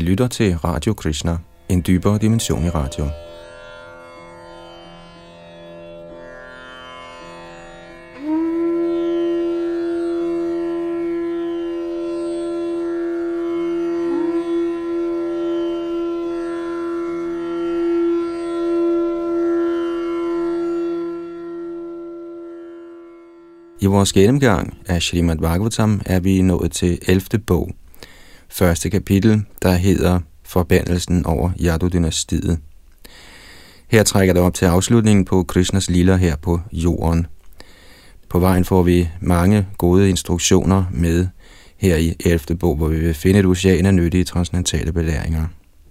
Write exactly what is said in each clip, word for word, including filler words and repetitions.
lytter til Radio Krishna, en dybere dimension i radio. I vores gennemgang af Srimad Bhagavatam er vi nået til ellevte bog, første kapitel, der hedder Forbandelsen over Yadu-dynastiet. Her trækker det op til afslutningen på Krishnas liller her på jorden. På vejen får vi mange gode instruktioner med her i ellevte bog, hvor vi vil finde et ocean af nyttige transcendentale belæringer.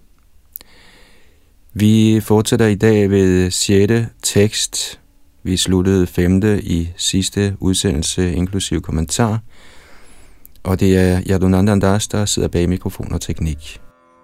Vi fortsætter i dag ved sjette tekst. Vi sluttede femte i sidste udsendelse, inklusive kommentar. Og det er Yadunandan Das, der sidder bag mikrofon og teknik.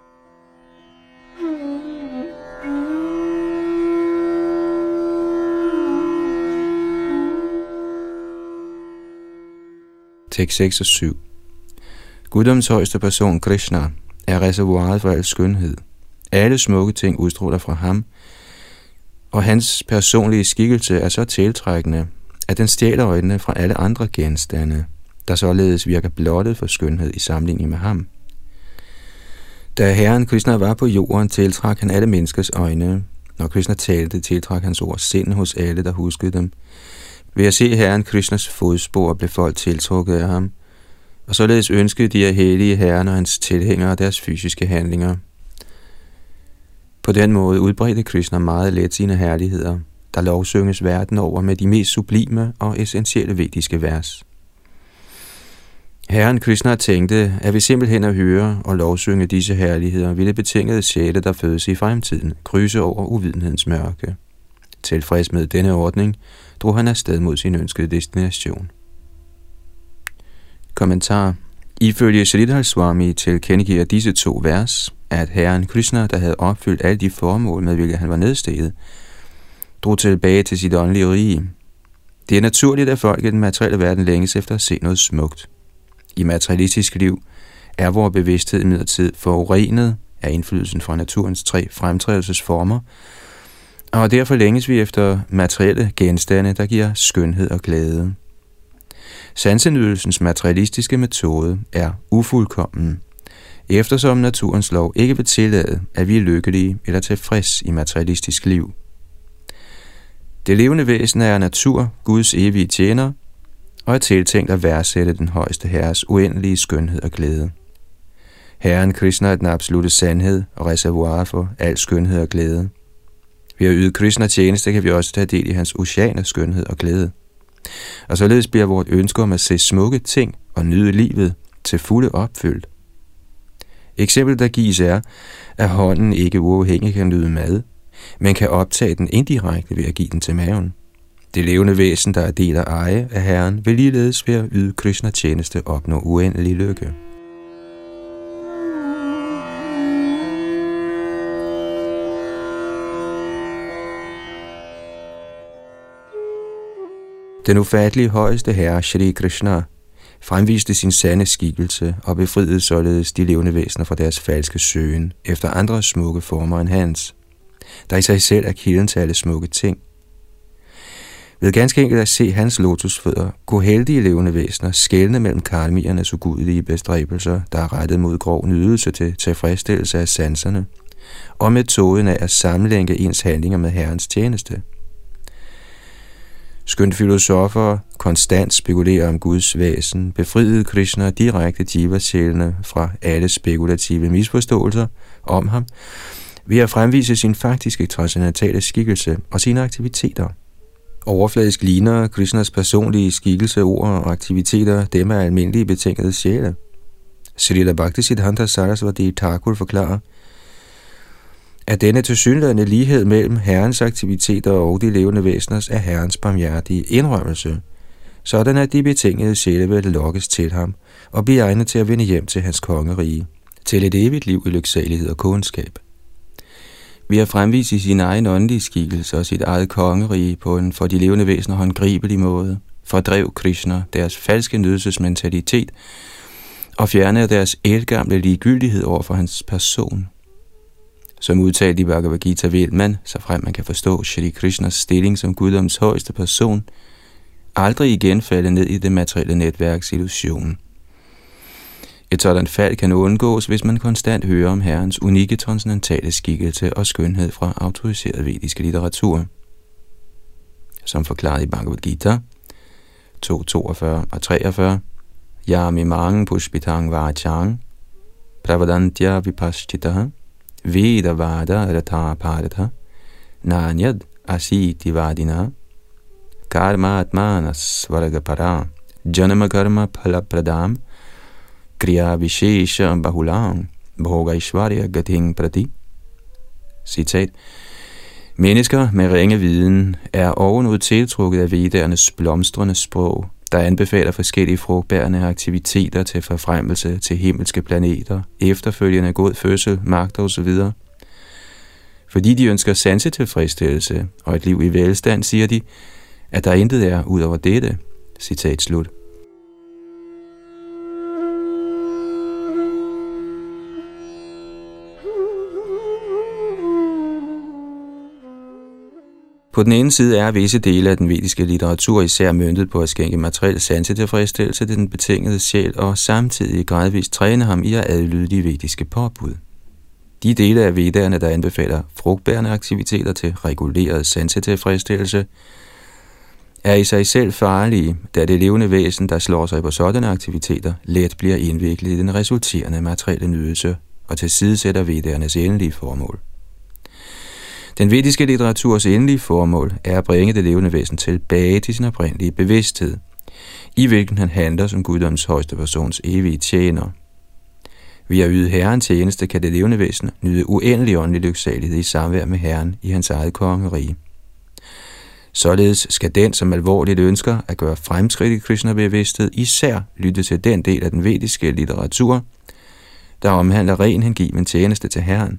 Tekst seks og syv. Guddoms højeste person, Krishna, er reservoiret for al skønhed. Alle smukke ting udstråler fra ham, og hans personlige skikkelse er så tiltrækkende, at den stjæler øjnene fra alle andre genstande, der således virker blottet for skønhed i sammenligning med ham. Da Herren Krishna var på jorden, tiltrak han alle menneskers øjne. Når Krishna talte, tiltrak hans ord sind hos alle, der huskede dem. Ved at se Herren Krishnas fodspor blev folk tiltrukket af ham, og således ønskede de at hellige Herren og hans tilhængere deres fysiske handlinger. På den måde udbredte Krishna meget let sine herligheder, der lovsynges verden over med de mest sublime og essentielle vediske vers. Herren Krishna tænkte, at ved simpelthen at høre og lovsynge disse herligheder, ville betingede sjæle, der fødes i fremtiden, krydse over uvidenhedens mørke. Tilfreds med denne ordning, drog han afsted mod sin ønskede destination. Kommentar. Ifølge Sridhar Swami tilkendegiver disse to vers, at Herren Krishna, der havde opfyldt alle de formål, med hvilke han var nedsteget, drog tilbage til sit åndelige rige. Det er naturligt, at folk i den materielle verden længes efter at se noget smukt. I materialistisk liv er vores bevidsthed imidlertid forurenet af indflydelsen fra naturens tre fremtrædelsesformer, og derfor længes vi efter materielle genstande, der giver skønhed og glæde. Sansenydelsens materialistiske metode er ufuldkommen, eftersom naturens lov ikke vil tillade, at vi er lykkelige eller tilfreds i materialistisk liv. Det levende væsen er natur, Guds evige tjener, og er tiltænkt at værdsætte den højeste herres uendelige skønhed og glæde. Herren Krishna er den absolutte sandhed og reservoir for al skønhed og glæde. Ved at yde Krishna tjeneste kan vi også tage del i hans ocean af skønhed og glæde. Og således bliver vort ønske om at se smukke ting og nyde livet til fulde opfyldt. Eksempel, der gives, er, at hånden ikke uafhængigt kan nyde mad, men kan optage den indirekte ved at give den til maven. Det levende væsen, der er del af eje af Herren, vil ligeledes ved at yde Krishna tjeneste opnå uendelig lykke. Den ufattelige højeste herre, Shri Krishna, fremviste sin sande skikkelse og befriede således de levende væsener fra deres falske søgen efter andre smukke former end hans, der i sig selv er kilden til alle smukke ting. Ved ganske enkelt at se hans lotusfødder, kunne heldige levende væsener skelne mellem karmiernes ugudelige bestræbelser, der er rettet mod grov nydelse til tilfredsstillelse af sanserne, og metoden af at sammenlænke ens handlinger med Herrens tjeneste. Skønt filosofer konstant spekulerer om Guds væsen, befriede Krishna direkte jiva-sjælene fra alle spekulative misforståelser om ham, ved at fremvise sin faktiske transcendentale skikkelse og sine aktiviteter. Overfladisk ligner Krishnas personlige skikkelse, ord og aktiviteter dem af almindelige betingede sjæle. Srila Bhaktisiddhanta Sarasvati Thakur forklarer, at denne tilsyneladende lighed mellem Herrens aktiviteter og de levende væseners er Herrens barmhjertige indrømmelse, sådan at de betingede sjæle vil lokkes til ham og blive egnet til at vende hjem til hans kongerige, til et evigt liv i lyksalighed og kundskab. Ved at fremvise sin egen åndelige skikkelse og sit eget kongerige på en for de levende væsener håndgribelig måde, fordrev Krishna deres falske nydelsesmentalitet og fjerne deres ældgamle ligegyldighed over for hans person. Som udtalt i Bhagavad Gita vil man, så frem man kan forstå Shri Krishnas stilling som guddoms højeste person, aldrig igen falde ned i det materielle netværks illusion. Et sådan fald kan undgås, hvis man konstant hører om Herrens unikke transcendentale skikkelse og skønhed fra autoriseret vediske litteratur. Som forklaret i Bhagavad Gita to toogfyrre og treogfyrre, Yami mang pushpitang vachang, pravadantya vipaschitaha, veda vada ratha paratha, nanyad asiti vadina, karma atmanas varagapara, janama karma palapradam, kriya vishesha bahulang, bhogaishvarya gating prati. Citat. Mennesker med ringe viden er ovenud tiltrukket af vedernes blomstrende sprog, der anbefaler forskellige frugtbærende aktiviteter til forfremmelse til himmelske planeter, efterfølgende god fødsel, magt osv. Fordi de ønsker sansetilfredsstillelse og et liv i velstand, siger de, at der intet er ud over dette. Citat slut. På den ene side er visse dele af den vediske litteratur især møntet på at skænke materiel sansetilfredsstillelse til den betingede sjæl og samtidig gradvist træne ham i at adlyde de vediske påbud. De dele af vedderne, der anbefaler frugtbærende aktiviteter til reguleret sansetilfredsstillelse, er i sig selv farlige, da det levende væsen, der slår sig på sådanne aktiviteter, let bliver indviklet i den resulterende materielle nydelse og tilsidesætter veddernes endelige formål. Den vediske litteraturs endelige formål er at bringe det levende væsen tilbage til sin oprindelige bevidsthed, i hvilken han handler som guddoms højeste persons evige tjener. Ved at yde Herren tjeneste kan det levende væsen nyde uendelig åndelig lyksalighed i samvær med Herren i hans eget kongerige. Således skal den, som alvorligt ønsker at gøre fremskridt i Krishna-bevidsthed, især lytte til den del af den vediske litteratur, der omhandler ren hengiven tjeneste til Herren.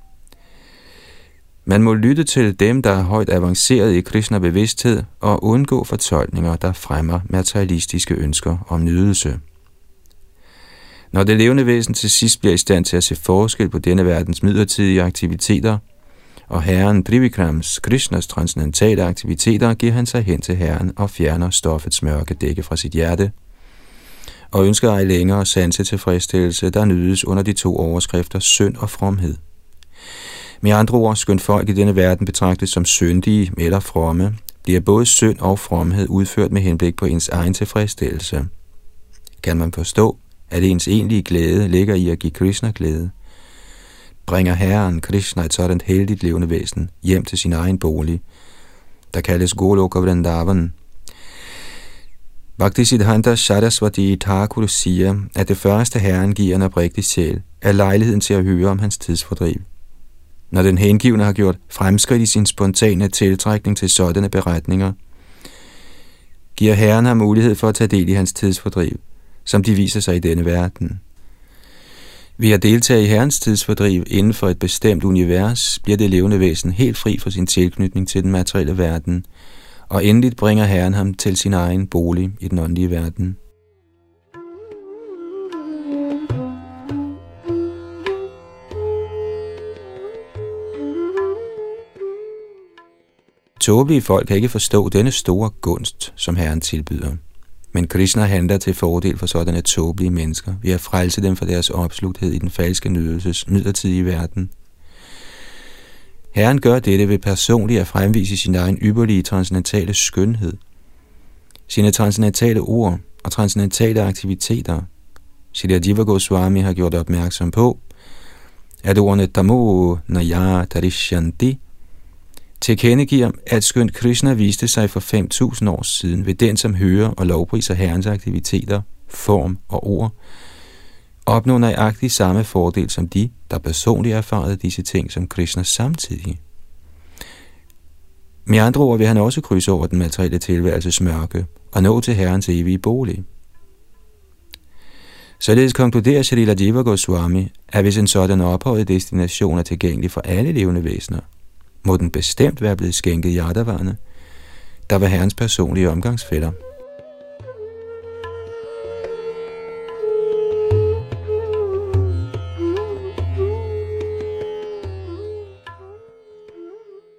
Man må lytte til dem, der er højt avanceret i Krishna-bevidsthed, og undgå fortolkninger, der fremmer materialistiske ønsker om nydelse. Når det levende væsen til sidst bliver i stand til at se forskel på denne verdens midlertidige aktiviteter, og Herren Trivikrams, Krishnas transcendentale aktiviteter, giver han sig hen til Herren og fjerner stoffets mørke dække fra sit hjerte, og ønsker ej længere sanse tilfredsstillelse, der nydes under de to overskrifter synd og fromhed. Med andre ord, skønt folk i denne verden betragtes som syndige eller fromme, bliver både synd og fromhed udført med henblik på ens egen tilfredsstillelse. Kan man forstå, at ens egentlige glæde ligger i at give Krishna glæde? Bringer Herren Krishna et sådan heldigt levende væsen hjem til sin egen bolig, der kaldes Goloka Vrindavan. Bhaktisiddhanta Saraswati Thakur siger, at det første Herren giver en oprigtig sjæl er lejligheden til at høre om hans tidsfordriv. Når den hengivne har gjort fremskridt i sin spontane tiltrækning til sådanne beretninger, giver Herren ham mulighed for at tage del i hans tidsfordriv, som de viser sig i denne verden. Ved at deltage i Herrens tidsfordriv inden for et bestemt univers, bliver det levende væsen helt fri for sin tilknytning til den materielle verden, og endeligt bringer Herren ham til sin egen bolig i den åndelige verden. Tåbelige folk kan ikke forstå denne store gunst, som Herren tilbyder. Men Krishna handler til fordel for sådanne tåbelige mennesker ved at frelse dem for deres opslugthed i den falske nydelses midlertidige verden. Herren gør dette ved personligt at fremvise sin egen ypperlige transcendentale skønhed, sine transcendentale ord og transcendentale aktiviteter. Shrila Jiva Goswami har gjort opmærksom på, at ordene Tamo Naya Tarishyanti tilkendegiver, at skønt Krishna viste sig for fem tusind år siden ved den, som hører og lovpriser Herrens aktiviteter, form og ord, opnår nøjagtigt samme fordel som de, der personligt erfarede disse ting som Krishna samtidig. Med andre ord vil han også krydse over den materielle tilværelses mørke og nå til Herrens evige bolig. Således konkluderer Shrila Jiva Goswami, at hvis en sådan ophøjet destination er tilgængelig for alle levende væsener, må den bestemt være blevet skænket Yadavarne, der var Herrens personlige omgangsfæller.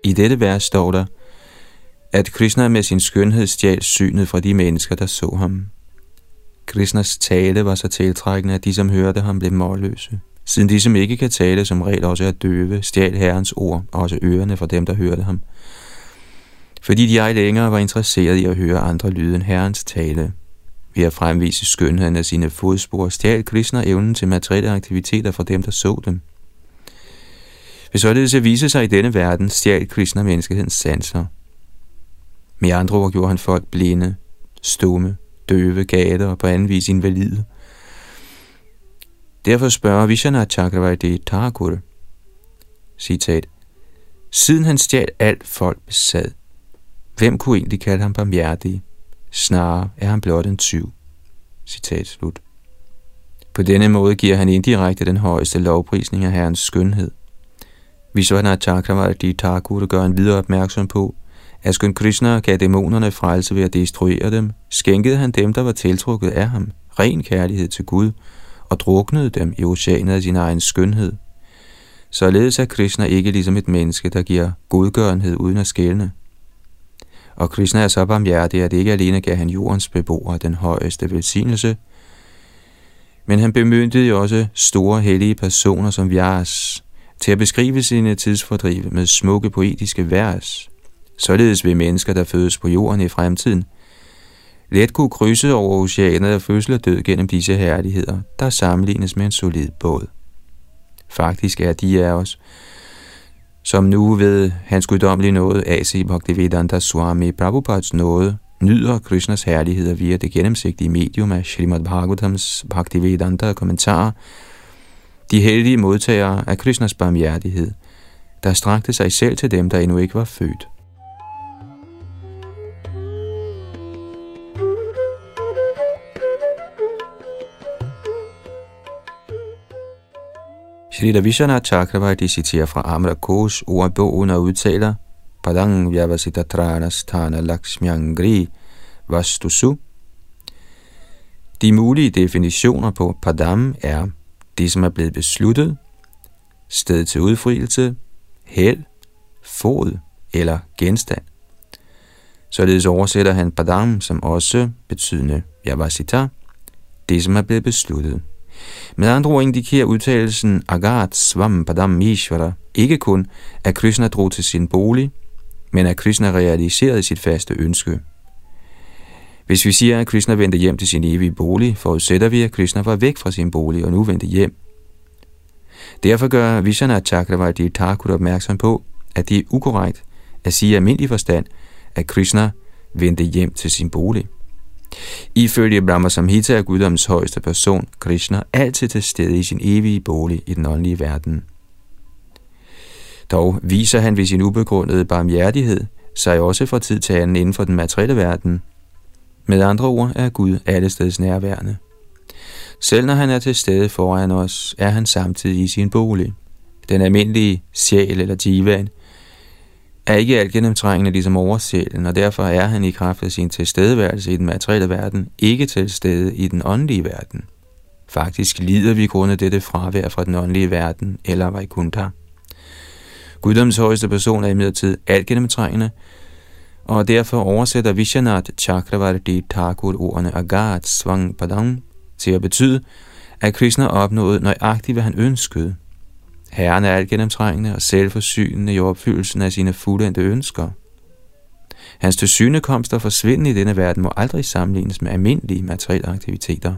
I dette vers står der, at Krishna med sin skønhed stjal synet fra de mennesker, der så ham. Krishnas tale var så tiltrækkende, at de, som hørte ham, blev målløse. Siden de, som ikke kan tale, som regel også er døve, stjal Herrens ord, også ørerne fra dem, der hørte ham. Fordi de ej længere var interesseret i at høre andre lyde end Herrens tale. Ved at fremvise skønheden af sine fodspor, stjal Krishna evnen til materielle aktiviteter fra dem, der så dem. Ved således at vise sig i denne verden, stjal Krishna menneskehedens sanser. Med andre ord gjorde han folk blinde, stumme, døve, gale og på anden vis invalide. Derfor spørger Vishwanath Chakravarti Thakur, citat, siden han stjal alt folk besad, hvem kunne egentlig kalde ham barmhjertig? Snarere er han blot en tyv. Citat slut. På denne måde giver han indirekte den højeste lovprisning af Herrens skønhed. Vishwanath Chakravarti Thakur gør en videre opmærksom på, at skønt Krishna gav dæmonerne frelse ved at destruere dem, skænkede han dem, der var tiltrukket af ham, ren kærlighed til Gud, og druknede dem i oceanet af sin egen skønhed. Således er Krishna ikke ligesom et menneske, der giver godgørenhed uden at skælne. Og Krishna er så barmhjertig, at ikke alene gav han jordens beboere den højeste velsignelse, men han bemyndigede jo også store hellige personer som Vyas til at beskrive sine tidsfordrive med smukke poetiske vers. Således vil mennesker, der fødes på jorden i fremtiden, let kunne krydse over oceanet af fødsel og død gennem disse herligheder, der sammenlignes med en solid båd. Faktisk er de af os, som nu ved hans guddommelige nåde, A C Bhaktivedanta Swami Prabhupads nåde, nyder Krishnas herligheder via det gennemsigtige medium af Srimad Bhagavatams Bhaktivedanta kommentarer, de heldige modtagere af Krishnas barmhjertighed, der strakte sig selv til dem, der endnu ikke var født. Shrita Vishwanath Chakravarti citerer fra Amra Kosh ordbogen og udtaler Padang Vyavasitatranas Thana Lakshmyangri Vastusu. De mulige definitioner på Padam er det, som er blevet besluttet, sted til udfrielse, held, fod eller genstand. Således oversætter han Padam som også betydende Vyavasita, det som er blevet besluttet. Med andre ord indikerer udtalelsen Agat Svam Padam Ishvara ikke kun, at Krishna drog til sin bolig, men at Krishna realiserede sit faste ønske. Hvis vi siger, at Krishna vendte hjem til sin evige bolig, forudsætter vi, at Krishna var væk fra sin bolig og nu vendte hjem. Derfor gør Vishwanath Chakravarti Thakur opmærksom på, at det er ukorrekt at sige i almindelig forstand, at Krishna vendte hjem til sin bolig. Ifølge Brahma Samhita er guddommens højeste person, Krishna, altid til stede i sin evige bolig i den åndelige verden. Dog viser han ved sin ubegrundede barmhjertighed sig også fra tid til anden inden for den materielle verden. Med andre ord er Gud allesteds nærværende. Selv når han er til stede foran os, er han samtidig i sin bolig. Den almindelige sjæl eller jivan er ikke alt gennemtrængende ligesom oversjælen, og derfor er han i kraft af sin tilstedeværelse i den materielle verden ikke til stede i den åndelige verden. Faktisk lider vi grundet dette fravær fra den åndelige verden, eller Vaikuntha. Guddommens højeste person er imidlertid alt gennemtrængende, og derfor oversætter Vishwanath Chakravarti Thakur ordene Agat Svang Padam til at betyde, at Krishna opnåede nøjagtigt, hvad han ønskede. Herren er alt gennemtrængende og selvforsynende i opfyldelsen af sine fuldendte ønsker. Hans tilsynekomst og forsvinden i denne verden må aldrig sammenlignes med almindelige materielle aktiviteter.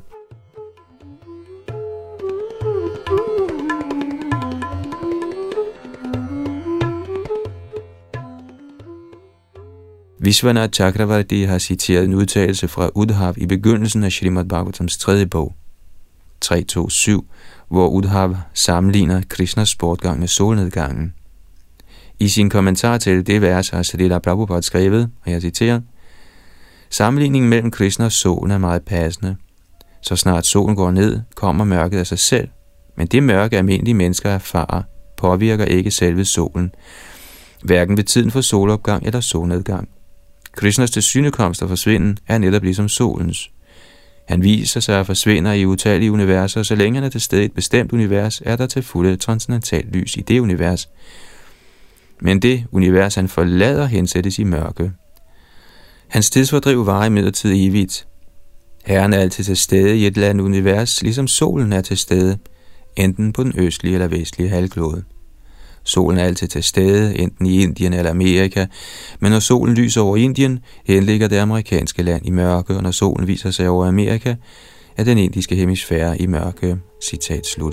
Vishwanath Chakravarti har citeret en udtalelse fra Uddhav i begyndelsen af Srimad Bhagavatams tredje bog, tre to syv, hvor Uddhav sammenligner Krishnas bortgang med solnedgangen. I sin kommentar til det vers har Srila Prabhupada skrevet, og jeg citerer, sammenligningen mellem Krishna og solen er meget passende. Så snart solen går ned, kommer mørket af sig selv, men det mørke almindelige mennesker erfarer, påvirker ikke selve solen, hverken ved tiden for solopgang eller solnedgang. Krishnas tilsynekomst og forsvinden er netop ligesom solens. Han viser sig og forsvinder i utallige universer, og så længe han er til stede i et bestemt univers, er der til fulde transcendentalt lys i det univers. Men det univers, han forlader, hensættes i mørke. Hans tidsfordriv varer imidlertid evigt. Herren er altid til stede i et eller andet univers, ligesom solen er til stede, enten på den østlige eller vestlige halvklode. Solen er altid til stede, enten i Indien eller Amerika, men når solen lyser over Indien, henligger det amerikanske land i mørke, og når solen viser sig over Amerika, er den indiske hemisfære i mørke. Citat slut.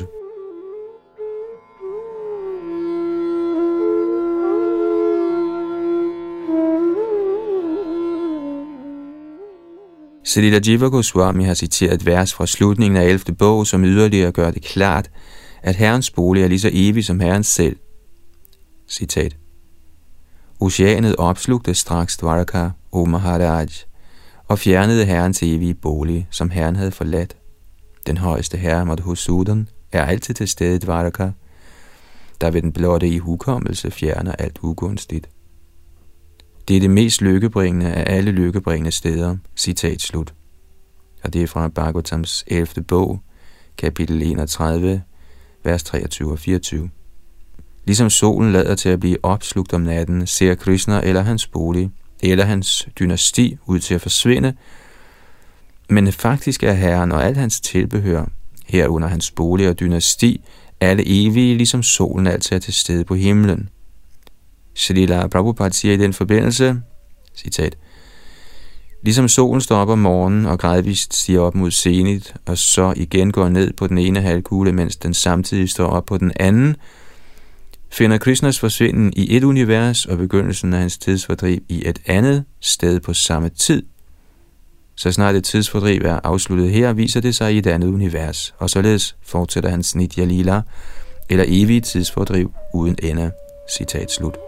Srila Jiva Goswami har citeret et vers fra slutningen af ellevte bog, som yderligere gør det klart, at Herrens bolig er lige så evig som Herren selv. Citat. Oceanet opslugte straks Dvaraka, o Maharaj, og fjernede Herrens evige bolig, som Herren havde forladt. Den højeste herre, Madhusudan, er altid til stede i Dvaraka, der ved den blotte ihukommelse fjerner alt ugunstigt. Det er det mest lykkebringende af alle lykkebringende steder. Citat slut. Og det er fra Bhagavatams ellevte bog, kapitel enogtredive, vers treogtyve og fireogtyve. Ligesom solen lader til at blive opslugt om natten, ser Krishna eller hans bolig, eller hans dynasti ud til at forsvinde, men faktisk er Herren og alt hans tilbehør, herunder hans bolig og dynasti, alle evige, ligesom solen altid er til stede på himlen. Srila Prabhupada siger i den forbindelse, citat, ligesom solen står op om morgenen og gradvist stiger op mod zenit, og så igen går ned på den ene halvkugle, mens den samtidig står op på den anden, finder Krishnas forsvinden i et univers og begyndelsen af hans tidsfordriv i et andet sted på samme tid. Så snart et tidsfordriv er afsluttet her, viser det sig i et andet univers, og således fortsætter hans Nitya Lila, eller evige tidsfordriv uden ende. Citat slut.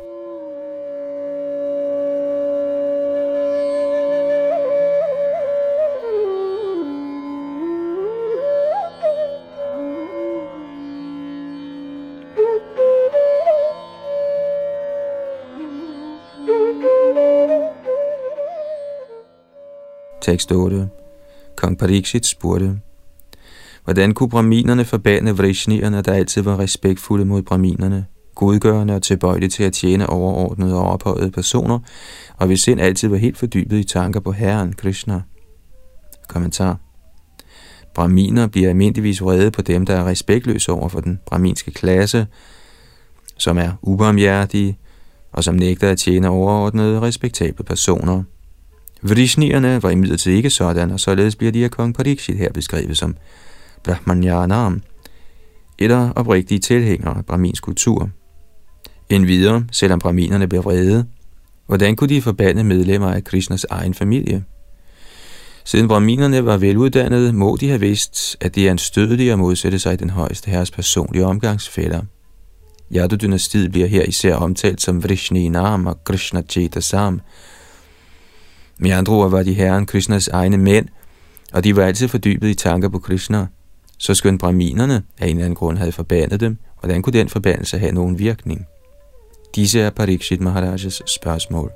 Tekst otte. Kong Parikshit spurgte, hvordan kunne brahminerne forbande vrishnierne, der altid var respektfulde mod brahminerne, godgørende og tilbøjelige til at tjene overordnede og ophøjede personer, og hvis sind altid var helt fordybet i tanker på Herren, Krishna? Kommentar. Brahminer bliver almindeligvis vrede på dem, der er respektløse over for den brahminske klasse, som er ubarmhjertige, og som nægter at tjene overordnede og respektable personer. Vrishnierne var imidlertid ikke sådan, og således bliver de af kong Parikshit her beskrevet som Brahmanyanam, eller oprigtige tilhængere af brahminsk kultur. Endvidere, selvom brahminerne blev vrede, hvordan kunne de forbande medlemmer af Krishnas egen familie? Siden brahminerne var veluddannede, må de have vidst, at det er anstødeligt at modsætte sig den højeste herres personlige omgangsfæller. Yadu-dynastiet bliver her især omtalt som Vrishninam og Krishna Chetasam. Med andre ord var de herren Krishnas egne mænd, og de var altid fordybet i tanker på Krishna. Så skønt brahminerne af en eller anden grund havde forbandet dem, hvordan kunne den forbandelse have nogen virkning? Disse er Parikshit Maharajas spørgsmål.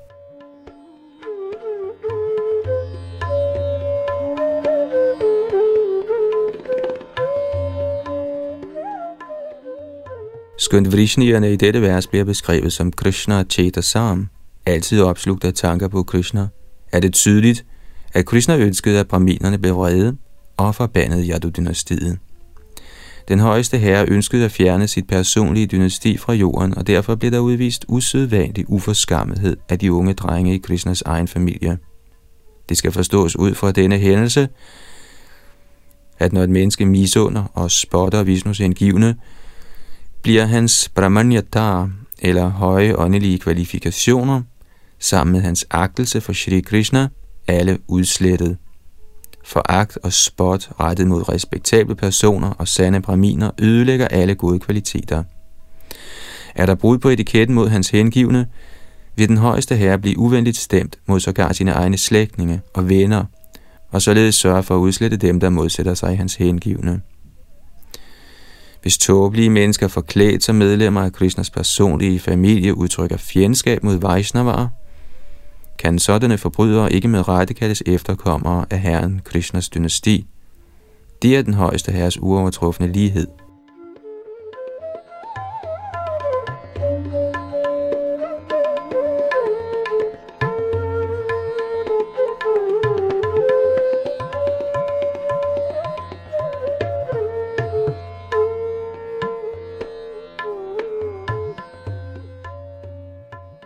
Skønt vrishnierne i dette vers bliver beskrevet som Krishna Chetasam, altid opslugt af tanker på Krishna, er det tydeligt, at Krishna ønskede, at brahminerne blev vrede og forbandede Yadu-dynastiet. Den højeste herre ønskede at fjerne sit personlige dynasti fra jorden, og derfor blev der udvist usædvanlig uforskammethed af de unge drenge i Krishnas egen familie. Det skal forstås ud fra denne hændelse, at når et menneske misunder og spotter Vishnus hengivne, bliver hans brahmanyata, eller høje åndelige kvalifikationer, sammen med hans agtelse for Shri Krishna, alle udslettet. Foragt og spot rettet mod respektable personer og sande brahminer ødelægger alle gode kvaliteter. Er der brud på etiketten mod hans hengivne, vil den højeste herre blive uvenligt stemt mod sågar sine egne slægtninge og venner, og således sørge for at udslette dem, der modsætter sig hans hengivne. Hvis tåbelige mennesker forklædt som medlemmer af Krishnas personlige familie udtrykker fjendskab mod Vaishnavaer, kan sådanne forbrydere ikke med rette kaldes efterkommere af herren Krishnas dynasti. Det er den højeste herres uovertrufne lighed.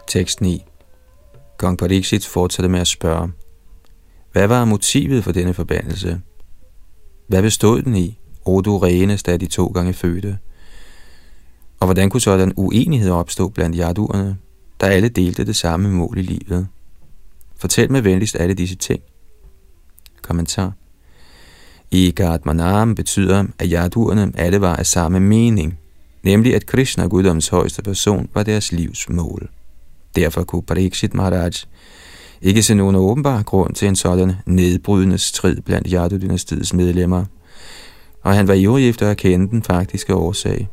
Tekst ni. Kong Pariksit fortsatte med at spørge: Hvad var motivet for denne forbandelse? Hvad bestod den i, o du reneste af de to gange fødte? Og hvordan kunne sådan uenighed opstå blandt yaduerne, der alle delte det samme mål i livet? Fortæl mig venligst alle disse ting. Kommentar. Eka-atmanam betyder, at yaduerne alle var af samme mening, nemlig at Krishna, guddommens højeste person, var deres livs mål. Derfor kunne Pariksit Maharaj ikke se nogen åbenbar grund til en sådan nedbrydende strid blandt Yadu-dynastiets medlemmer, og han var ivrig efter at kende den faktiske årsag.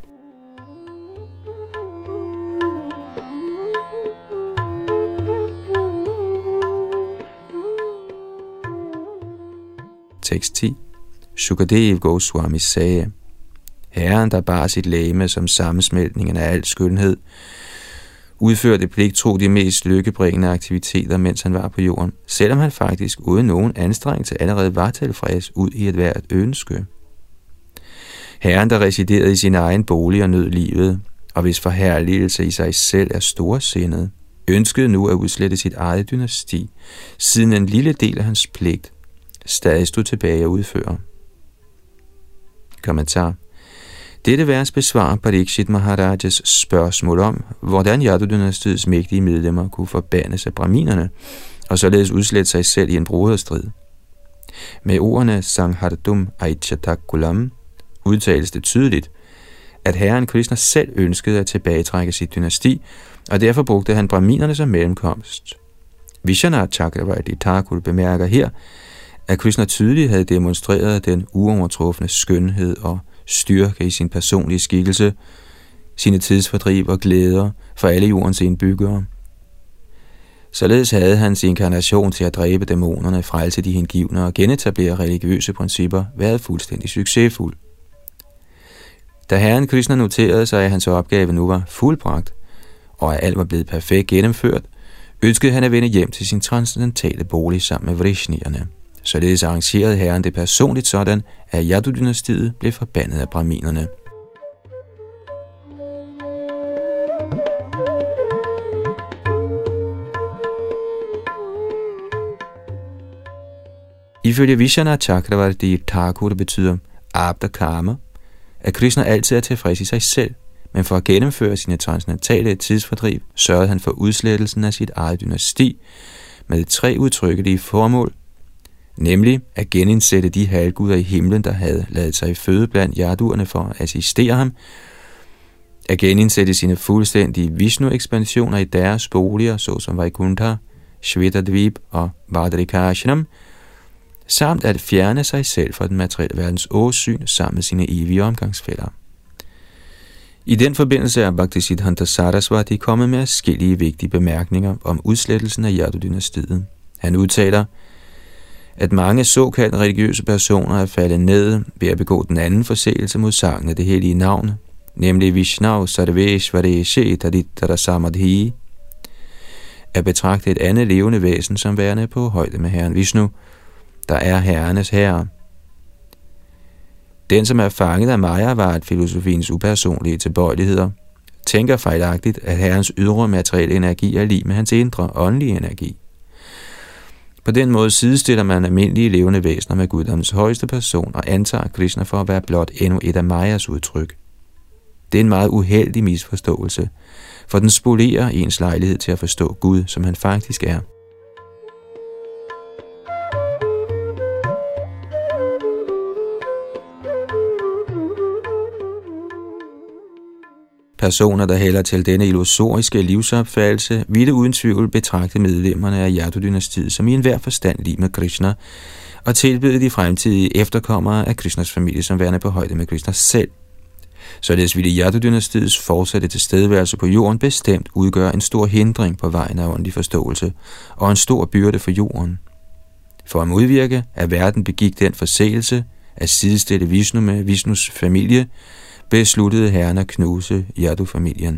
Tekst ti. Shukadev Goswami sagde: Herren, der bar sit legeme som sammensmeltningen af al skønhed, udførte pligttro de mest lykkebringende aktiviteter, mens han var på jorden, selvom han faktisk uden nogen anstrengelse allerede var tilfreds ud i et hvert ønske. Herren, der residerede i sin egen bolig og nød livet, og hvis forherligelse i sig selv er storsindet, ønskede nu at udslette sit eget dynasti, siden en lille del af hans pligt stadig stod tilbage at udføre. Kommentar. Dette vers besvarer Pariksit Maharajas spørgsmål om, hvordan Yadu-dynastiets mægtige medlemmer kunne forbandes af brahminerne, og således udslette sig selv i en broderstrid. Med ordene Sanghardum Aichatakulam udtales det tydeligt, at herren Krishna selv ønskede at tilbagetrække sit dynasti, og derfor brugte han brahminerne som mellemkomst. Vishwanath Chakravarti Thakur bemærker her, at Krishna tydeligt havde demonstreret den uovertrufne skønhed og styrke i sin personlige skikkelse, sine tidsfordriv og glæder for alle jordens indbyggere. Således havde hans inkarnation til at dræbe dæmonerne, frelse de hengivne og genetablere religiøse principper været fuldstændig succesfuld. Da herren Krishna noterede sig, at hans opgave nu var fuldbragt, og at alt var blevet perfekt gennemført, ønskede han at vende hjem til sin transcendentale bolig sammen med vrishnierne. Således arrangerede herren det personligt sådan, at Yadu-dynastiet blev forbandet af brahminerne. Ifølge Vishwanath Chakravarti Thakur, det betyder abda karma, at Krishna altid er tilfreds i sig selv, men for at gennemføre sine transcendentale tidsfordriv, sørgede han for udslettelsen af sit eget dynasti med tre udtrykkelige formål, nemlig at genindsætte de halvguder i himlen, der havde ladet sig føde blandt yaduerne for at assistere ham, at genindsætte sine fuldstændige Vishnu-ekspansioner i deres boliger, såsom Vaikuntha, Shvetadvip og Vadrikashram, samt at fjerne sig selv fra den materielle verdens åsyn sammen med sine evige omgangsfæller. I den forbindelse er Bhaktisiddhanta Saraswati kommet med forskellige vigtige bemærkninger om udslettelsen af Yadu-dynastiet. Han udtaler, at mange såkaldte religiøse personer er faldet ned ved at begå den anden forseelse mod sangen af det hellige navn, nemlig Vishnu Sarveshvare Shetaditara Samadhi, at betragte et andet levende væsen som værende på højde med herren Vishnu, der er herrenes herre. Den, som er fanget af Maya-vart filosofiens upersonlige tilbøjeligheder, tænker fejlagtigt, at herrens ydre materielle energi er lig med hans indre åndelige energi. På den måde sidestiller man almindelige levende væsener med guddommens højeste person og antager Krishna for at være blot endnu et af Mayas udtryk. Det er en meget uheldig misforståelse, for den spolerer ens lejlighed til at forstå Gud, som han faktisk er. Personer, der hælder til denne illusoriske livsopfattelse, ville uden tvivl betragte medlemmerne af Yadu-dynastiet som i enhver forstand lig med Krishna, og tilbyde de fremtidige efterkommere af Krishnas familie som værende på højde med Krishna selv. Således ville Yadu-dynastiets fortsatte tilstedeværelse på jorden bestemt udgøre en stor hindring på vejen af åndelig forståelse og en stor byrde for jorden. For at modvirke, at verden begik den forseelse at sidestille Vishnu med Vishnus familie, besluttede herren at knuse Yadu-familien.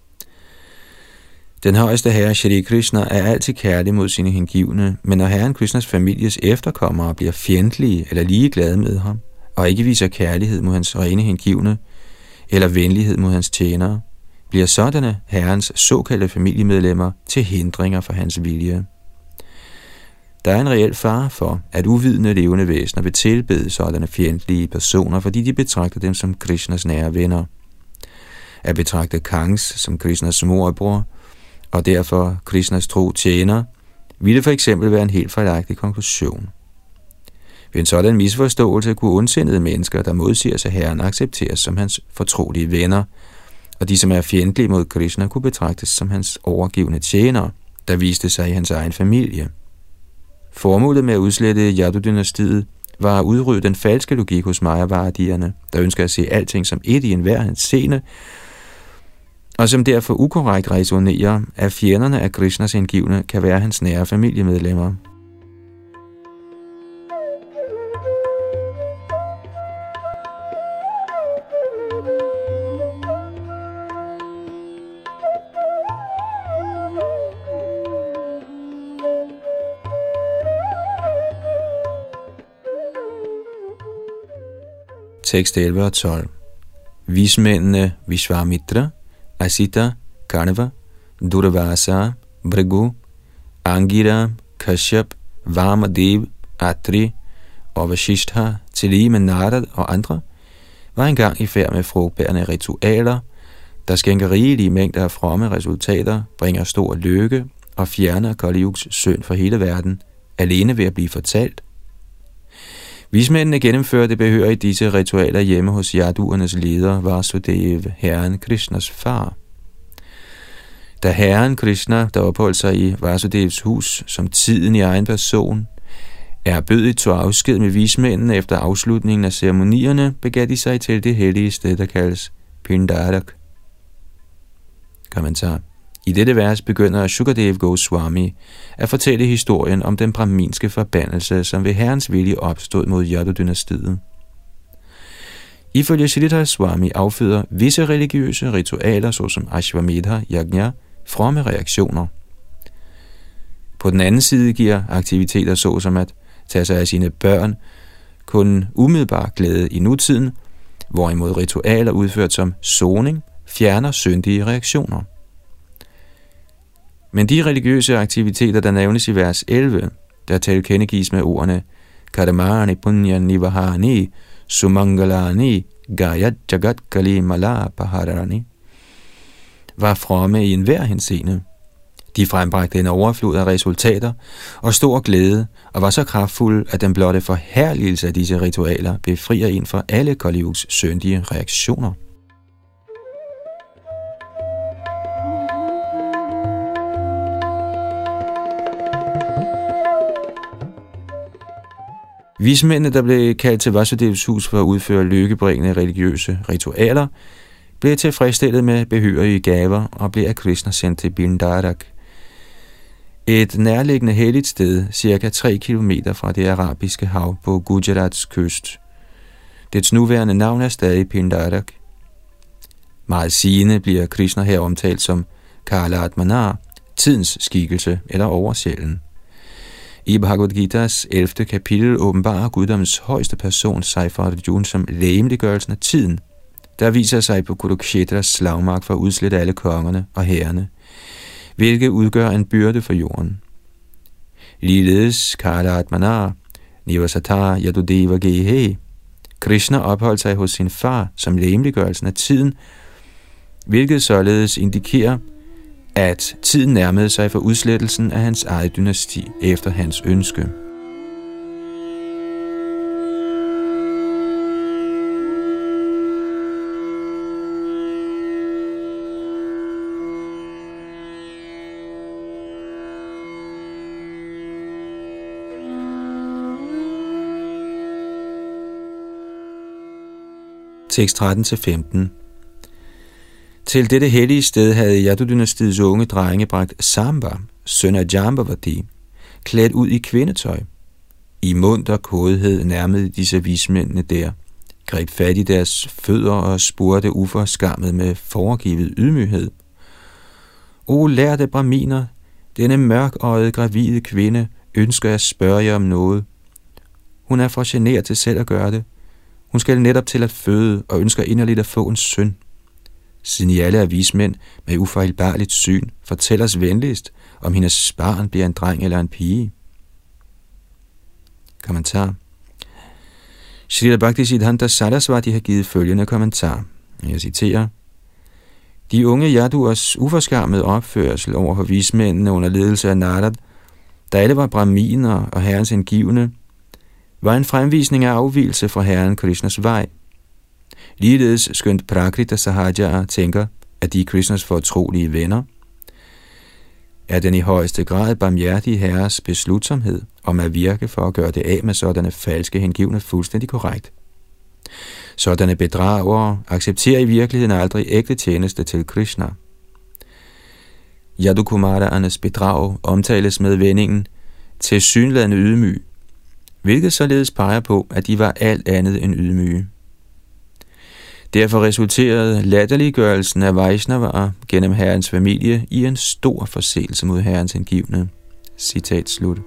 Den højeste herre, Shri Krishna, er altid kærlig mod sine hengivne, men når herren Krishnas families efterkommere bliver fjendtlige eller ligeglade med ham, og ikke viser kærlighed mod hans rene hengivne, eller venlighed mod hans tjenere, bliver sådanne herrens såkaldte familiemedlemmer til hindringer for hans vilje. Der er en reel fare for, at uvidende levende væsener vil tilbede sådanne fjendtlige personer, fordi de betragter dem som Krishnas nære venner. At betragte Kangs som Krishnas morbror, og derfor Krishnas tro tjener, ville for eksempel være en helt fejlagtig konklusion. Ved en sådan misforståelse kunne ondsindede mennesker, der modsiger sig Herren, accepteres som hans fortrolige venner, og de, som er fjendtlige mod Krishna, kunne betragtes som hans overgivne tjenere, der viste sig i hans egen familie. Formålet med at udslette Yadu-dynastiet var at udrydde den falske logik hos Mayavadierne, der ønsker at se alting som et i enhver henseende, og som derfor ukorrekt resonerer, at fjenderne af Krishnas hengivne kan være hans nære familiemedlemmer. Tekst elleve og tolv. Vismændene Vishvamitra, Asita, Karnava, Durvasa, Bhrigu, Angira, Kashyap, Vamadev, Atri og Vashishtha, tillige med Narad og andre, var engang i færd med frugtbærende ritualer, der skænker rigelige mængder af fromme resultater, bringer stor lykke og fjerner Kali Yugs synd for hele verden, alene ved at blive fortalt. Vismændene gennemførte behørigt disse ritualer hjemme hos Yaduernes leder Vasudev, herren Krishnas far. Da herren Krishna, der opholdt sig i Vasudevs hus som tiden i egen person, erbødigt tog afsked med vismændene efter afslutningen af ceremonierne, begav de sig til det hellige sted, der kaldes Pindarak. Kommentar. I dette vers begynder Shukadev Goswami at fortælle historien om den brahminske forbandelse, som ved herrens vilje opstod mod Yadu-dynastiet. Ifølge Sridhar Swami afføder visse religiøse ritualer, såsom Ashwamedha Yajna, fromme reaktioner. På den anden side giver aktiviteter såsom at tage sig af sine børn kun umiddelbar glæde i nutiden, hvorimod ritualer udført som soning fjerner syndige reaktioner. Men de religiøse aktiviteter, der nævnes i vers elleve, der tilkendegives med ordene Karmani Punya Nivahani Sumangalani Gayat Jagat Kali Mala Paharani, var fromme i enhver henseende. De frembragte en overflod af resultater og stor glæde, og var så kraftfulde, at den blotte forherligelse af disse ritualer befrier en for alle Kali Yugs syndige reaktioner. Vismændene, der blev kaldt til Vasudevs hus for at udføre lykkebringende religiøse ritualer, blev tilfredsstillet med behørige gaver og blev af Krishna sendt til Pindarak, et nærliggende helligt sted, cirka tre kilometer fra det arabiske hav på Gujarats kyst. Dets nuværende navn er stadig Pindarak. Meget sigende bliver Krishna her omtalt som Kala Atmanar, tidens skikkelse eller oversjælen. I Bhagavad Gita's ellevte kapitel åbenbarer guddommens højeste person sig for Arjuna som legemliggørelsen af tiden, der viser sig på Kurukshetaras slagmark for at udslette alle kongerne og hærene, hvilket udgør en byrde for jorden. Ligeledes Kala Atmanar, Nivasata Yadudeva Gehe, Krishna opholdt sig hos sin far som legemliggørelsen af tiden, hvilket således indikerer, at tiden nærmede sig for udslettelsen af hans eget dynasti efter hans ønske. Tekst tretten til femten. Til dette hellige sted havde Yadu-dynastiets unge drenge bragt Samba, søn af Jambavati, klædt ud i kvindetøj. I munter kådhed nærmede disse vismændene der, greb fat i deres fødder og spurgte uforskammet med foregivet ydmyghed. O lærte brahminer, denne mørkøjede gravide kvinde ønsker at spørge jer om noget. Hun er for genert til selv at gøre det. Hun skal netop til at føde og ønsker inderligt at få en søn. siden I alle er vismænd med ufejlbarligt syn, fortæl os venligst, om hendes barn bliver en dreng eller en pige. Kommentar. Shrila Bhaktisiddhanta Sarasvati har givet følgende kommentar. Jeg citerer. De unge Yaduers uforskammet opførsel over for vismændene under ledelse af Narad, der alle var brahminer og herrens indgivne, var en fremvisning af afvigelse fra herren Krishnas vej. Ligeledes skønt Prakrita Sahaja tænker, at de er Krishnas fortrolige venner, er den i højeste grad barmhjertige herres beslutsomhed om at virke for at gøre det af med sådanne falske hengivne fuldstændig korrekt. Sådanne bedragere accepterer i virkeligheden aldrig ægte tjeneste til Krishna. Yadukumaraernes bedrag omtales med vendingen til synladende ydmyg, hvilket således peger på, at de var alt andet end ydmyge. Derfor resulterede latterliggørelsen af Vaishnavaer gennem herrens familie i en stor forseelse mod herrens hengivne. Citat slut.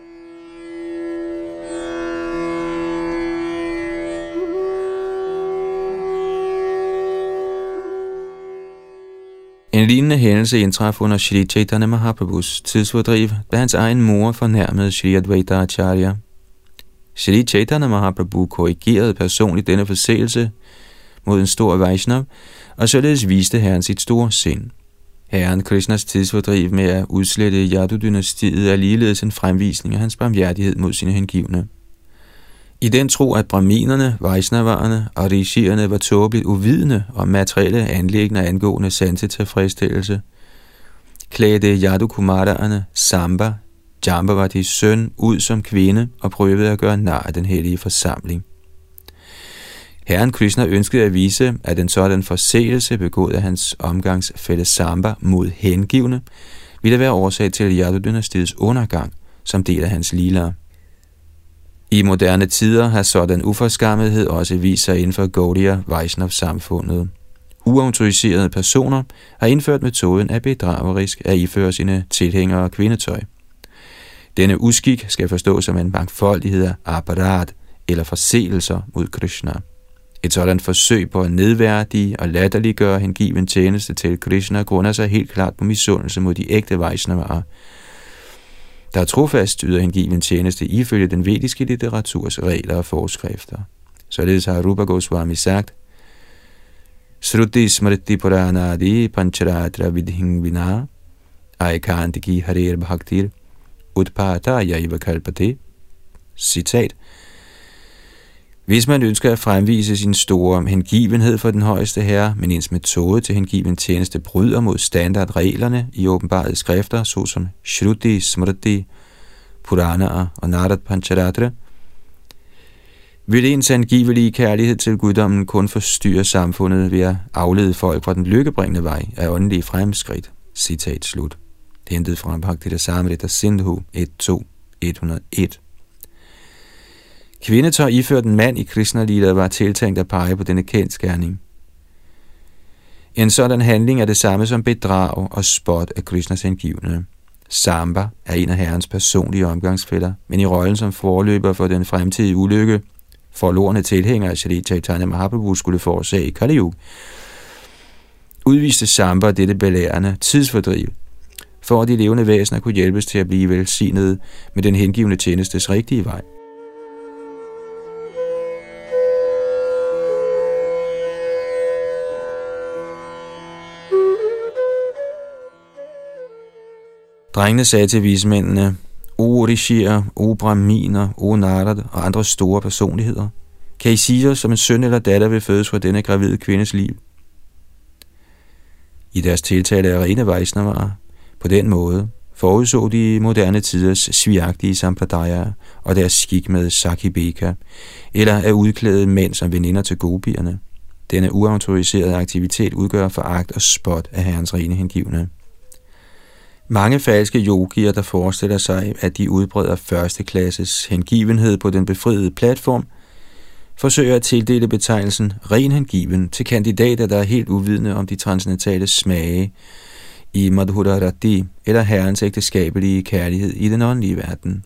En lignende hændelse indtraf under Shri Chaitanya Mahaprabhus tidsfordriv, da hans egen mor fornærmede Shri Advaita Acharya. Shri Chaitanya Mahaprabhu korrigerede personligt denne forseelse mod en stor Vaishnav, og således viste herren sit store sind. Herren Krishnas tidsfordriv med at udslette Yadu-dynastiet er ligeledes en fremvisning af hans barmhjertighed mod sine hengivne. I den tro, at brahminerne, Vaishnavaerne og rishierne var tåbeligt uvidende om materielle anliggender angående sansetilfredsstillelse, klædte Yadukumaraerne Samba, Jambavatis søn, ud som kvinde og prøvede at gøre nar af den hellige forsamling. Herren Krishna ønskede at vise, at en sådan forseelse begået af hans omgangsfælle Samba mod hengivne ville være årsag til Yadu-dynastiets undergang som del af hans lilaer. I moderne tider har sådan uforskammethed også vist sig inden for Gaudiya Vaishnav-samfundet. Uautoriserede personer har indført metoden af bedragerisk at iføre sine tilhængere kvindetøj. Denne uskik skal forstås som en mangfoldighed af apparat eller forseelser mod Krishna. Et sådan forsøg på at nedværdige og latterliggøre hengiven tjeneste til Krishna grunder sig helt klart på misundelse mod de ægte Vaishnavaer, der er trofast yder hengiven tjeneste ifølge den vediske litteraturs regler og forskrifter. Således har Rupa Goswami sagt, Shruti smriti puranadi pancharatra vidhing vina aikantiki harir bhaktir utpata yaiva kalpate. Citat. Hvis man ønsker at fremvise sin store hengivenhed for den højeste herre, men ens metode til hengiven tjeneste bryder mod standardreglerne i åbenbarede skrifter, såsom Shruti, Smriti, Purana og Narad Pancharatra, vil ens angivelige kærlighed til guddommen kun forstyrre samfundet ved at aflede folk fra den lykkebringende vej af åndelige fremskridt. Citat slut. Hentet fra Bhakti-rasamrita Sindhu et to et hundrede og en. Kvindetøj iført en mand i Krishna-lila var tiltænkt at pege på denne kendsgerning. En sådan handling er det samme som bedrag og spot af Krishnas hengivne. Samba er en af herrens personlige omgangsfæller, men i rollen som forløber for den fremtidige ulykke, forlorne tilhænger af Shri Chaitanya Mahaprabhu skulle forårsage i Kali Yuga, udviste Samba dette belærende tidsfordriv, for at de levende væsener kunne hjælpes til at blive velsignede med den hengivne tjenestes rigtige vej. Drengene sagde til vismændene, O rishier, o brahminer, o narad og andre store personligheder, kan I sige os, som en søn eller datter vil fødes fra denne gravide kvindes liv? I deres tiltale af rene Vaishnavaer, på den måde, forudså de moderne tiders svigagtige sampradayer og deres skik med sakibeka, eller at udklæde mænd som veninder til gopierne. Denne uautoriserede aktivitet udgør foragt og spot af herrens rene hengivne. Mange falske yogier, der forestiller sig, at de udbreder førsteklasses hengivenhed på den befriede platform, forsøger at tildele betegnelsen ren hengiven til kandidater, der er helt uvidende om de transcendentale smage i Madhura Rati eller herrens ægteskabelige kærlighed i den åndelige verden.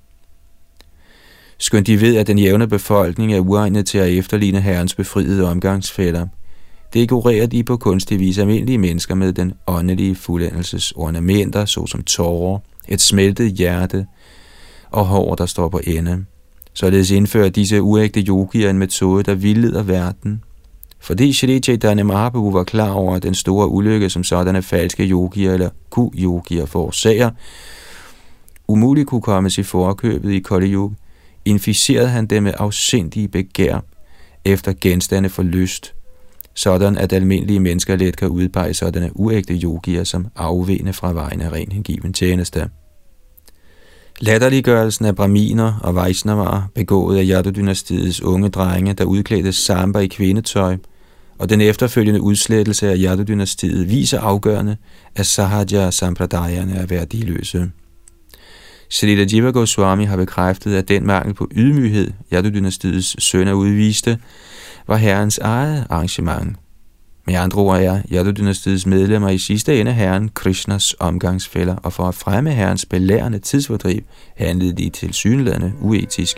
Skønt de ved, at den jævne befolkning er uegnet til at efterligne herrens befriede omgangsfæller, dekorerer de på kunstig vis almindelige mennesker med den åndelige fuldendelses ornamenter, såsom tårer, et smeltet hjerte og hår, der står på ende. Således indfører disse uægte yogier en metode, der vildleder verden. Fordi Shri Chaitanya Mahaprabhu var klar over den store ulykke, som sådanne falske yogier eller ku-yogier forårsager, umuligt kunne kommes i forkøbet i Kali Yuga, inficerede han dem med afsindige begær efter genstande for lyst, sådan at almindelige mennesker let kan udpege sådanne uægte yogier som afvigende fra vejen af ren hengiven tjeneste. Latterliggørelsen af brahminer og Vaishnavaer, begået af Yadu-dynastiets unge drenge, der udklædte samba i kvindetøj, og den efterfølgende udslettelse af Yadu-dynastiet viser afgørende, at Sahaja Sampradayerne er værdiløse. Shrila Jiva Goswami har bekræftet, at den mangel på ydmyghed, Yadu-dynastiets sønner udviste, var herrens eget arrangement. Med andre ord er Yadu-dynastiets medlemmer i sidste ende herren Krishnas omgangsfæller, og for at fremme herrens belærende tidsfordriv, handlede de tilsyneladende uetisk.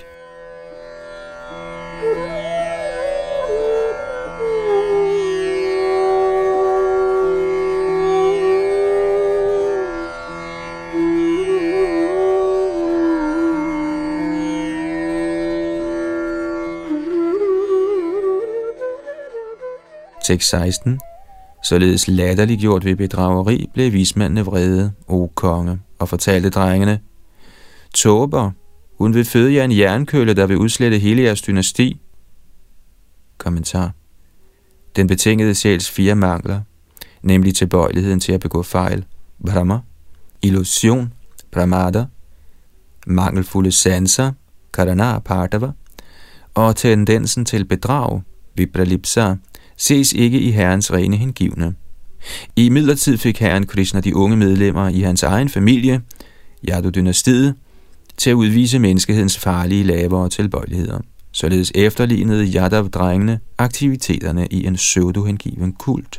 Tekst seksten. Således latterliggjort ved bedrageri blev vismændene vrede, o konge, og fortalte drengene: Tåber, hun vil føde jer en jernkølle, der vil udslette hele jeres dynasti. Kommentar. Den betingede sjæls fire mangler, nemlig tilbøjeligheden til at begå fejl, brahma, illusion, pramada, mangelfulde sanser, karana partava, og tendensen til bedrag, vipralipsa, ses ikke i herrens rene hengivne. I midlertid fik herren Krishna de unge medlemmer i hans egen familie, Yadu-dynastiet, til at udvise menneskehedens farlige laver og tilbøjeligheder. Således efterlignede Yadav-drengene aktiviteterne i en pseudo-hengiven kult.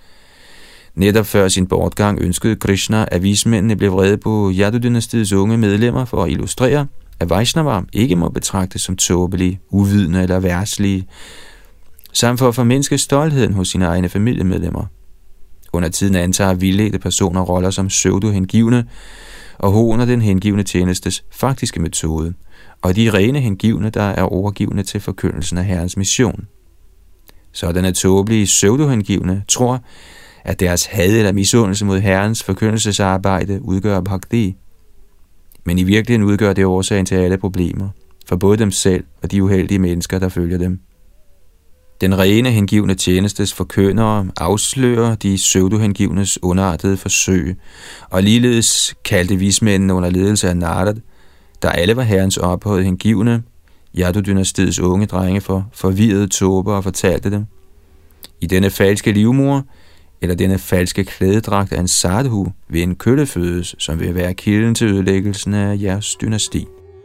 Netop før sin bortgang ønskede Krishna, at vismændene blev vrede på Yadu-dynastiets unge medlemmer for at illustrere, at Vaishnava ikke må betragtes som tåbelige, uvidende eller værslige, samt for at formindske stoltheden hos sine egne familiemedlemmer. Under tiden antager vildledte personer roller som pseudo-hengivne og håner den hengivne tjenestes faktiske metode, og de rene hengivne, der er overgivne til forkyndelsen af herrens mission. Sådanne tåbelige pseudo-hengivne tror, at deres had eller misundelse mod herrens forkyndelsesarbejde udgør bhakti. Men i virkeligheden udgør det årsagen til alle problemer, for både dem selv og de uheldige mennesker, der følger dem. Den rene hengivne tjenestes forkyndere afslører de pseudo-hengivnes underartede forsøg, og ligeledes kaldte vismændene under ledelse af Narad, der alle var herrens ophøjede hengivne, Yadu-dynastiets unge drenge for forvirrede tåber og fortalte dem: I denne falske livmor, eller denne falske klædedragt af en sadhu, vil en kølle fødes, som vil være kilden til ødelæggelsen af jeres dynasti.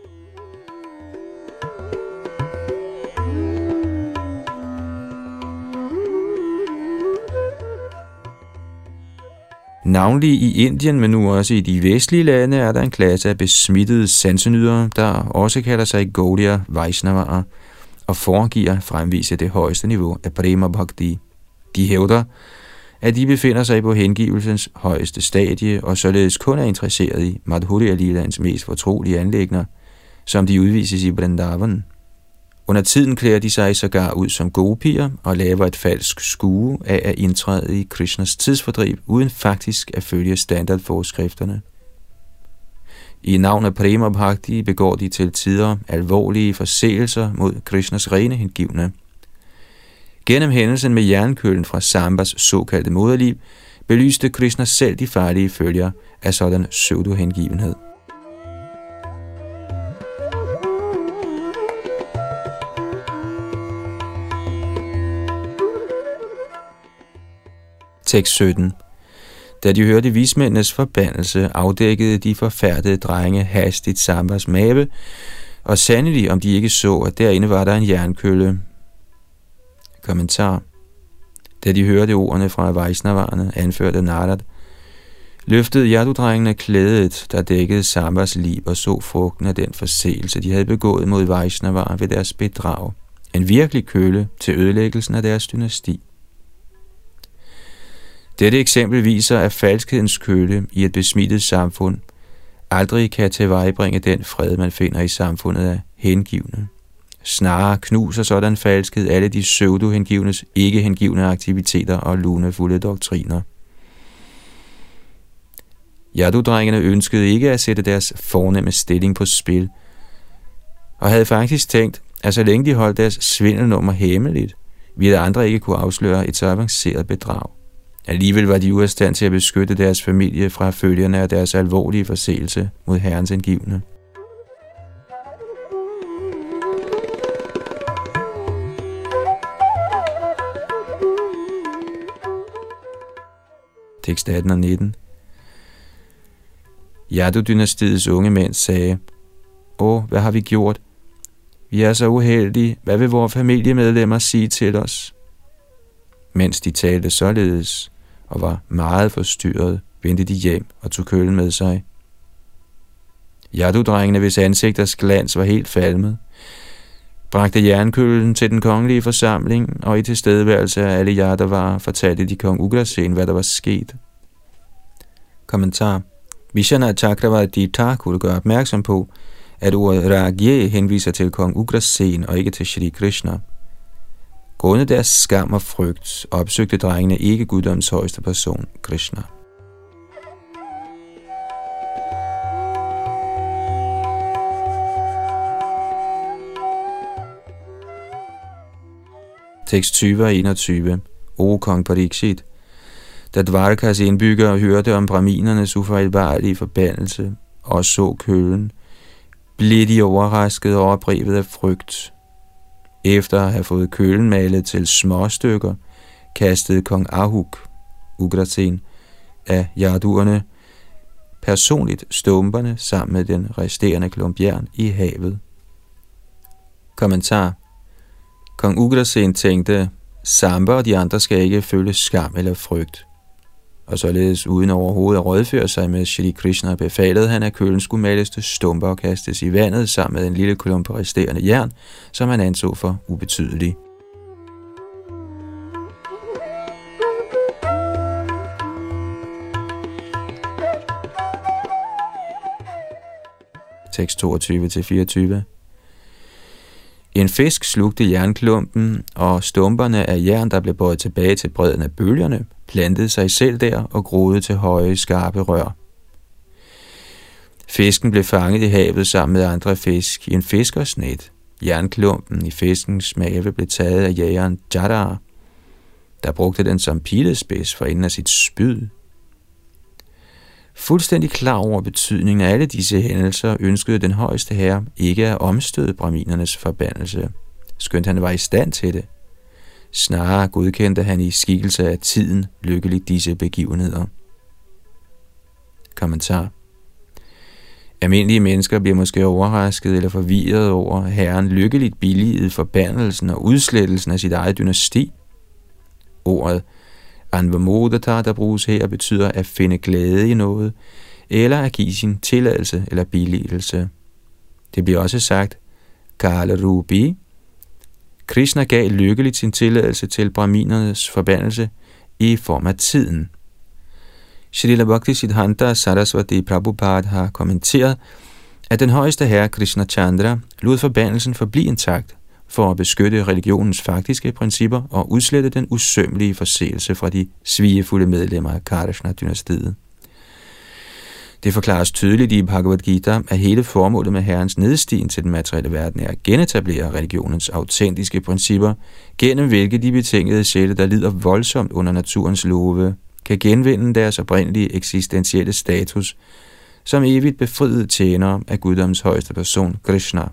Navnlig i Indien, men nu også i de vestlige lande, er der en klasse af besmittede sansenydere, der også kalder sig Gaudiya Vaishnavaer, og foregiver fremvise det højeste niveau af prema bhakti. De hævder, at de befinder sig på hengivelsens højeste stadie, og således kun er interesseret i Madhurya-lilaens mest fortrolige anliggender, som de udvises i Vrindavan. Under tiden klæder de sig sågar ud som gopier og laver et falsk skue af at indtræde i Krishnas tidsfordriv, uden faktisk at følge standardforskrifterne. I navn af Prema Bhakti begår de til tider alvorlige forseelser mod Krishnas rene hengivne. Gennem hændelsen med jernkøllen fra Sambas såkaldte moderliv, belyste Krishna selv de farlige følger af sådan pseudo-hengivenhed. Tekst sytten. Da de hørte vismændenes forbandelse, afdækkede de forfærdede drenge hastigt Sambas mave, og sandelig, om de ikke så, at derinde var der en jernkølle. Kommentar. Da de hørte ordene fra Vaishnavaerne, anførte Narad, løftede Yadu-drengene klædet, der dækkede Sambas liv, og så frugten af den forseelse, de havde begået mod Vaishnavaer ved deres bedrag. En virkelig kølle til ødelæggelsen af deres dynasti. Dette eksempel viser, at falskhedens køle i et besmittet samfund aldrig kan tilvejebringe den fred, man finder i samfundet af hengivne. Snarere knuser sådan falskhed alle de pseudo-hengivnes ikke-hengivne aktiviteter og lunefulde doktriner. Yadu-drengene ønskede ikke at sætte deres fornemme stilling på spil, og havde faktisk tænkt, at så længe de holdt deres svindelnummer hemmeligt, ville andre ikke kunne afsløre et så avanceret bedrag. Alligevel var de ude af stand til at beskytte deres familie fra følgerne af deres alvorlige forseelse mod Herrens indgivne. Tekst atten og nitten. Yadu-dynastiets unge mænd sagde: Åh, hvad har vi gjort? Vi er så uheldige. Hvad vil vores familiemedlemmer sige til os? Mens de talte således og var meget forstyrret, vendte de hjem og tog kølen med sig. Yadu-drengene, hvis ansigters glans var helt falmet, bragte jernkølen til den kongelige forsamling, og i tilstedeværelse af alle Yadavaer fortalte de kong Ugrasen, hvad der var sket. Kommentar. Vishwanath Chakravarti Thakur gør opmærksom på, at ordet Ragye henviser til kong Ugrasen og ikke til Shri Krishna. Grundet deres skam og frygt opsøgte drengene ikke guddoms højeste person, Krishna. Tekst tyve og enogtyve. O kong Parikshit, da Dvarkas indbyggere hørte om brahminernes ufejlbarlige forbandelse og så kølen, blev de overrasket og oprevet af frygt. Efter at have fået kølen malet til små stykker, kastede kong Ahuk, Ugrasen, af Yaduerne personligt stumperne sammen med den resterende klump jern i havet. Kommentar. Kong Ugrasen tænkte, Samba og de andre skal ikke føle skam eller frygt. Og således uden overhovedet at rådføre sig med Shri Krishna, befalede han, at kølen skulle males til stumper og kastes i vandet sammen med en lille klump resterende jern, som han anså for ubetydelig. Tekst toogtyve til fireogtyve. En fisk slugte jernklumpen, og stumperne af jern, der blev båret tilbage til bredden af bølgerne, plantede sig selv der og groede til høje, skarpe rør. Fisken blev fanget i havet sammen med andre fisk i en fiskersnet. Jernklumpen i fiskens mave blev taget af jægeren Jadar, der brugte den som pilespids for enden af sit spyd. Fuldstændig klar over betydningen af alle disse hændelser, ønskede den højeste herre ikke at omstøde brahminernes forbandelse, skønt han var i stand til det. Snarere godkendte han i skikkelse af tiden lykkeligt disse begivenheder. Kommentar. Almindelige mennesker bliver måske overrasket eller forvirret over, at herren lykkeligt billigede forbandelsen og udslettelsen af sit eget dynasti. Ordet Anvamodata, der bruges her, betyder at finde glæde i noget, eller at give sin tilladelse eller billigelse. Det bliver også sagt Kala Rupi. Krishna gav lykkeligt sin tilladelse til brahminernes forbandelse i form af tiden. Shrila Bhaktisiddhanta Saraswati Prabhupada har kommenteret, at den højeste herre Krishna Chandra lod forbandelsen forblive intakt for at beskytte religionens faktiske principper og udslette den usømmelige forseelse fra de svigefulde medlemmer af Krishna-dynastiet. Det forklares tydeligt i Bhagavad Gita, at hele formålet med herrens nedstigen til den materielle verden er at genetablere religionens autentiske principper, gennem hvilke de betingede sjæle, der lider voldsomt under naturens love, kan genvinde deres oprindelige eksistentielle status som evigt befriede tjenere af guddoms højeste person, Krishna.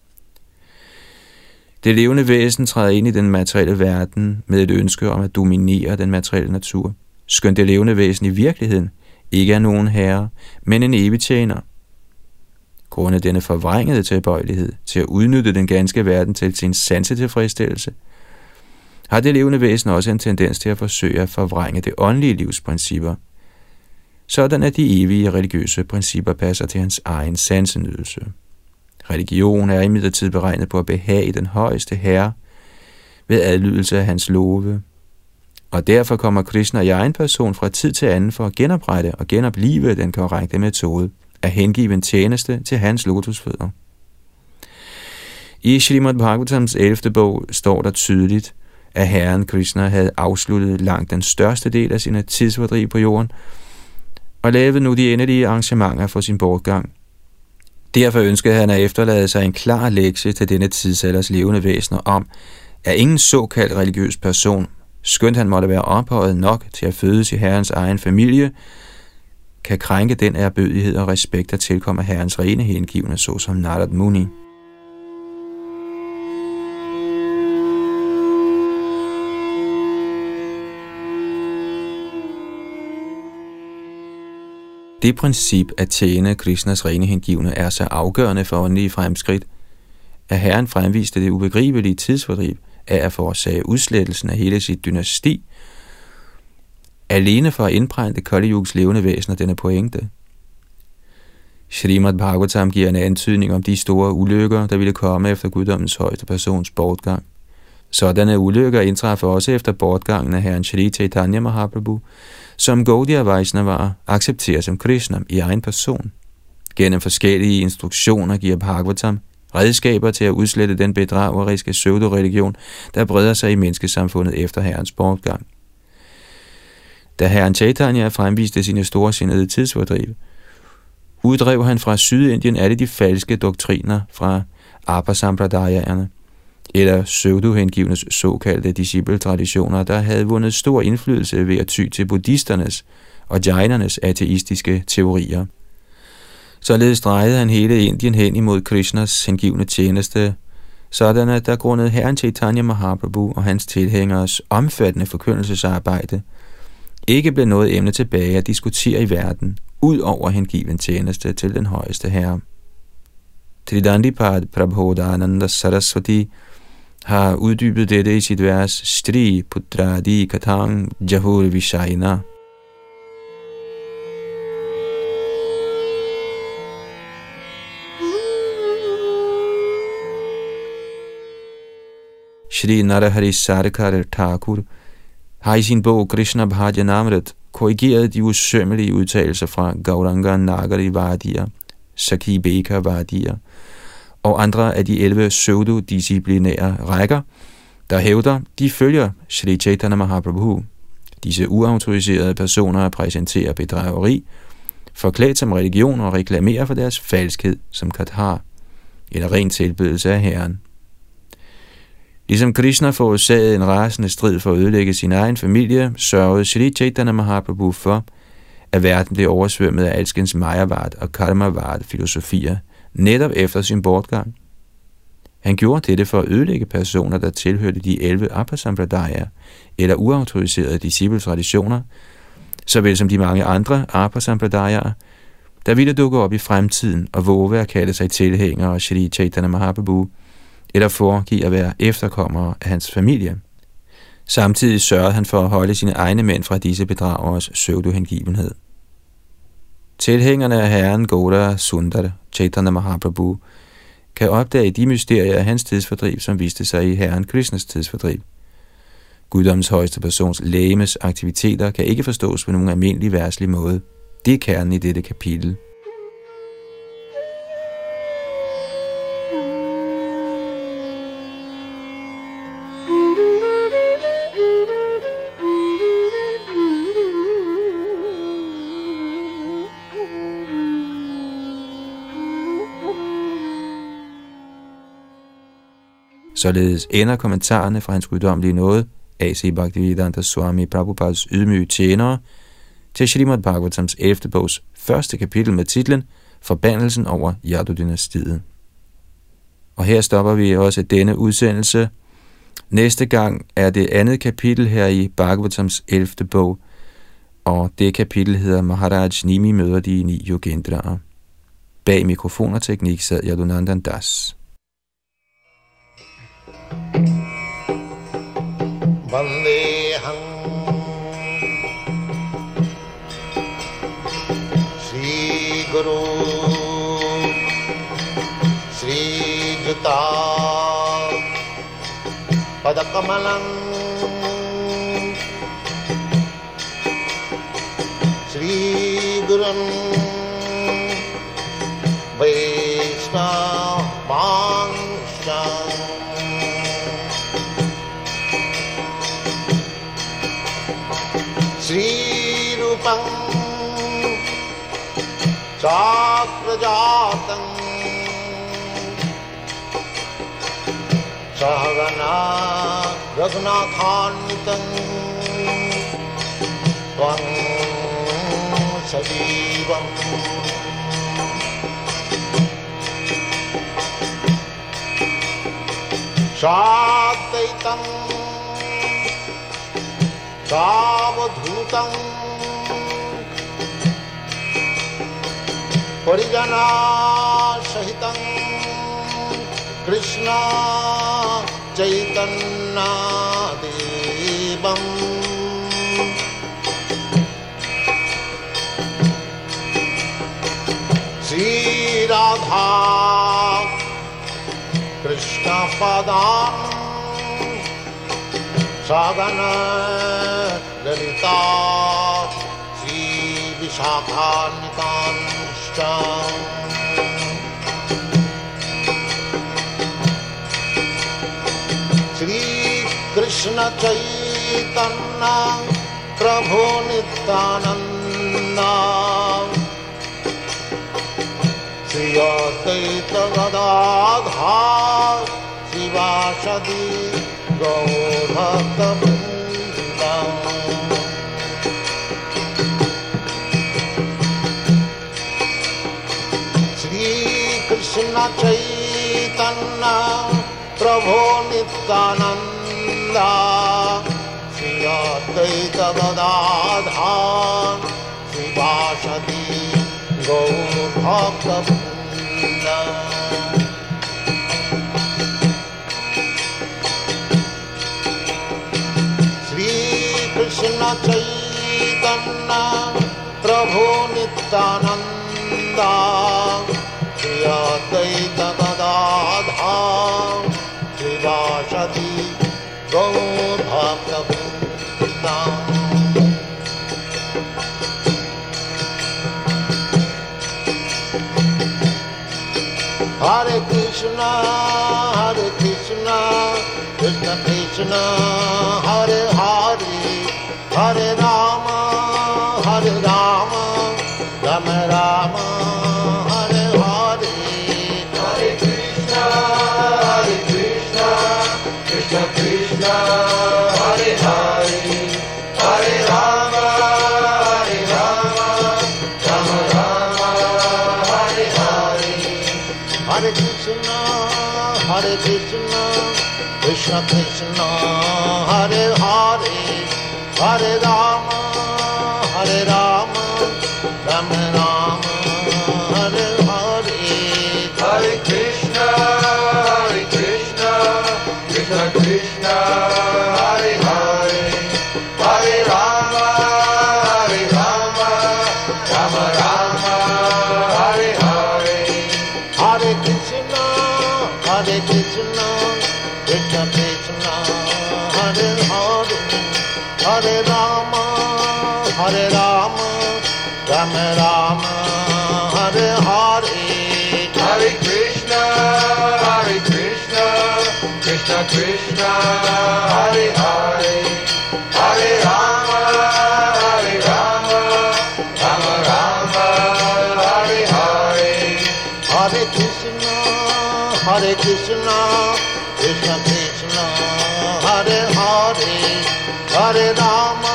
Det levende væsen træder ind i den materielle verden med et ønske om at dominere den materielle natur, skønt det levende væsen i virkeligheden ikke er nogen herre, men en evig tjener. Grundet denne forvrængede tilbøjelighed til at udnytte den ganske verden til sin sansetilfredsstillelse, har det levende væsen også en tendens til at forsøge at forvrænge det åndelige livs principper, sådan at de evige religiøse principper passer til hans egen sansenydelse. Religion er imidlertid beregnet på at behage den højeste herre ved adlydelse af hans love, Og derfor kommer Krishna i egen person fra tid til anden for at genoprette og genoplive den korrekte metode at hengive en tjeneste til hans lotusfødder. I Srimad Bhagavatams ellevte bog står der tydeligt, at Herren Krishna havde afsluttet langt den største del af sine tidsfordriv på jorden, og lavede nu de endelige arrangementer for sin bortgang. Derfor ønskede han at efterlade sig en klar lektie til denne tidsalders levende væsener om, at ingen såkaldt religiøs person, skønt han måtte være ophøjet nok til at fødes i Herrens egen familie, kan krænke den ærbødighed og respekt, der tilkommer Herrens rene hengivne, såsom Narad Muni. Det princip at tjene Krishnas rene hengivne er så afgørende for åndelige fremskridt, at Herren fremviste det ubegribelige tidsfordriv af at forårsage udslettelsen af hele sit dynasti, alene for at indprænte Kali Yugs levende væsener denne pointe. Srimad Bhagavatam giver en antydning om de store ulykker, der ville komme efter guddommens højeste persons bortgang. Sådanne ulykker indtræffer også efter bortgangen af Herren Shri Chaitanya Mahaprabhu, som Gaudiya Vaishnavaer accepterer som Krishna i egen person. Gennem forskellige instruktioner giver Bhagavatam redskaber til at udslette den bedrageriske pseudo-religion, der breder sig i menneskesamfundet efter Herrens bortgang. Da Herren Chaitanya fremviste sine storsindede tidsfordriv, uddrev han fra Sydindien alle de falske doktriner fra Apa-sampradayaerne, eller pseudo-hengivnes såkaldte discipletraditioner, der havde vundet stor indflydelse ved at ty til buddhisternes og jainernes ateistiske teorier. Således drejede han hele Indien hen imod Krishnas hengivne tjeneste, sådan at der grundet Herren Chaitanya Mahaprabhu og hans tilhængeres omfattende forkyndelsesarbejde ikke blev noget emne tilbage at diskutere i verden, ud over hengiven tjeneste til den højeste herre. Tridandipad Prabodhananda Saraswati har uddybet dette i sit vers Stri Putradi Katang Jahur Vishayana. Shri Narahari Sarkar Thakur har i sin bog Krishna Bhajanamrit korrigeret de usømmelige udtalelser fra Gauranga Nagari Vadiya, Sakhi Beka Vadiya og andre af de elleve pseudo-disciplinære rækker, der hævder, de følger Shri Chaitanya Mahaprabhu. Disse uautoriserede personer præsenterer bedrageri, forklædt som religion og reklamerer for deres falskhed som kathar, eller ren tilbedelse af Herren. Ligesom Krishna forårsagede en rasende strid for at ødelægge sin egen familie, sørgede Shri Chaitanya Mahaprabhu for, at verden blev oversvømmet af alskens Mayavad og Karmavad filosofier, netop efter sin bortgang. Han gjorde dette for at ødelægge personer, der tilhørte de elleve Apa-sampradayer, eller uautoriserede discipletraditioner, såvel som de mange andre Apa-sampradayer, der ville dukke op i fremtiden og våge at kalde sig tilhængere af Shri Chaitanya Mahaprabhu, eller foregive at være efterkommere af hans familie. Samtidig sørgede han for at holde sine egne mænd fra disse bedrageres pseudohengivenhed. Tilhængerne af Herren Gauda Sundar Chaitanya Mahaprabhu kan opdage de mysterier af hans tidsfordriv, som viste sig i Herren Krishnas tidsfordriv. Guddommens højeste persons legemes aktiviteter kan ikke forstås på nogen almindelig verdslig måde. Det er kernen i dette kapitel. Således ender kommentarerne fra hans guddommelige nåde, A C Bhaktivedanta Swami Prabhupads ydmyge tjenere, til Srimad Bhagavatams ellevte bogs første kapitel med titlen Forbandelsen over Yadu-dynastiet. Og her stopper vi også denne udsendelse. Næste gang er det andet kapitel her i Bhagavatams ellevte bog, og det kapitel hedder Maharaj Nimi møder de ni yogendraer. Bag mikrofon og teknik sad Yadunandan Das. Vandeham Shri Guru Shri Juta Padakamalang Shri Gurun Vaishnavanscha Shri Rupam Chakrajatam Sahagana Raghunathanvitam Tvam Sajivam Sadvaitam Savadhutam Parijana Sahitam Krishna Chaitanya Devam Shri Radha Krishna Padam Sagana Lalita Shri Vishakhanitanscha Shri Krishna Chaitanya Prabhu Nityananda Shri Advaita Gadadhar Shivasadi Gaur Bhakta Vrinda Shri Krishna Chaitanya Prabhu Nityananda Shri Advaita Gadadhar Shivasadi Gaur Bhakta Vrinda Shri Krishna Chaitanya Prabhu Nityananda Shri Advaita Gadadhar Shivasadi Gaur Bhakta Vrinda Hare Krishna, Hare Krishna, Krishna Krishna, Hare Hare, Hare Rama, Hare Rama, Rama Rama, Hare Hare. Hare Krishna, Hare Krishna, Krishna Krishna, Hare Hare, Hare Rama, Hare Rama, Rama Rama, Hare Hare. Hare Krishna, Hare Krishna, Krishna Krishna, Hare Hare, Hare Rama, Hare Rama, Rama Rama, Hare Hare. Hare Krishna, Hare Krishna, Krishna Krishna, Hare Hare, Hare Rama, Hare Rama, Rama Rama, Hare Hare. Hare Krishna, Hare Krishna, Krishna Krishna, Hare Hare, Hare Rama, Hare Rama, Rama Rama, Hare Hare. Hare Krishna, Hare Krishna, Krishna Krishna, Hare Hare, Hare Rama, Hare Rama, Rama Rama, Hare Hare. Hare Krishna, Hare Krishna, Krishna Krishna, Hare Hare, Hare Rama,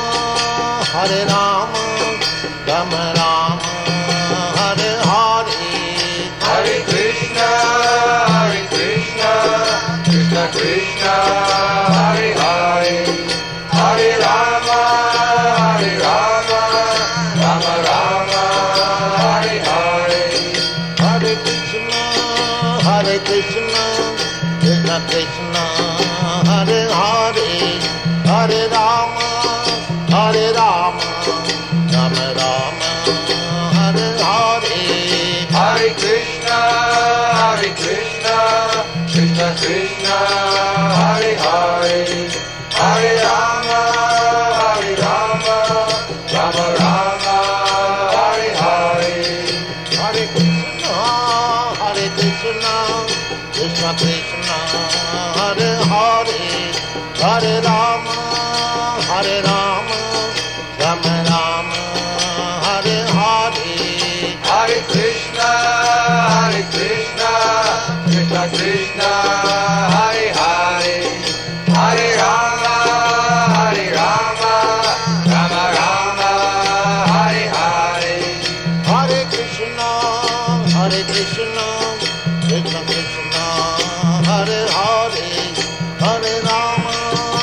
Hare Rama, Rama Rama, Hare Hare. Hare Krishna, Hare Krishna, Krishna Krishna, Hare Hare, Hare Rama, Hare Rama, Rama Rama, Hare Hare. Hare Krishna, Hare Krishna, Krishna Krishna, Hare Hare, Hare Rama, Hare Rama, Rama Rama, Hare Hare. Hare Krishna, Hare Krishna, Krishna Krishna, Hare Hare, Hare Rama, Hare Rama, Rama Rama, Hare Rama, Hare Rama, Rama Rama, Hare Hare. Hare Krishna, Hare Krishna, Krishna Krishna, Hare Hare. Hare Rama, Hare Rama, Rama Rama, Hare Hare. Hare Krishna, Hare Krishna, Krishna Krishna, Hare Hare. Hare Rama,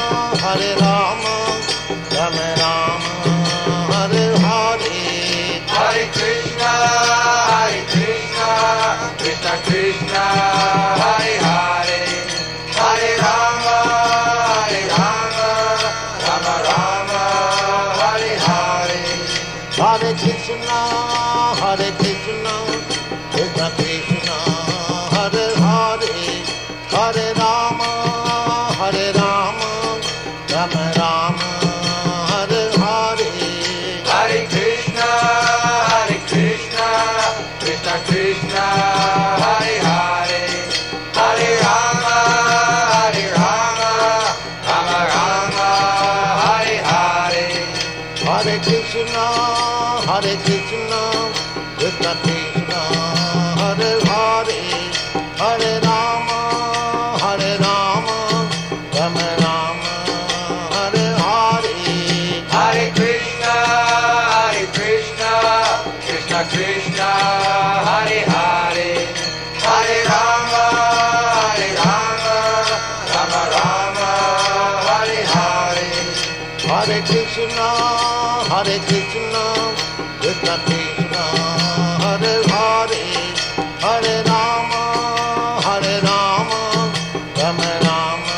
Hare Rama, Rama Rama, Hare Hare. Hare Krishna, Hare Krishna, Krishna Krishna, Hare Hare. Hare Rama, Hare Rama, Rama Rama, Hare Hare. Hare Krishna, Hare Krishna, Krishna Krishna, Hare Hare. Hare Rama, Hare Rama, Rama Rama, Hare Hare. Hare Krishna, Hare Krishna, Krishna Krishna, Hare Hare. Hare Rama, Hare Rama, Rama Rama, Hare Hare. Hare Krishna, Hare Krishna, Krishna Krishna, Hare Hare. Hare Rama, Hare Rama, Rama Rama, Hare Hare. Hare Krishna, Hare Krishna, Krishna Krishna, Hare Hare. Hare Rama, Hare Rama, Rama Rama, Hare Hare. Hare Krishna, Hare Krishna, Krishna Krishna, Hare Hare. Hare Rama, Hare Rama, Rama Rama,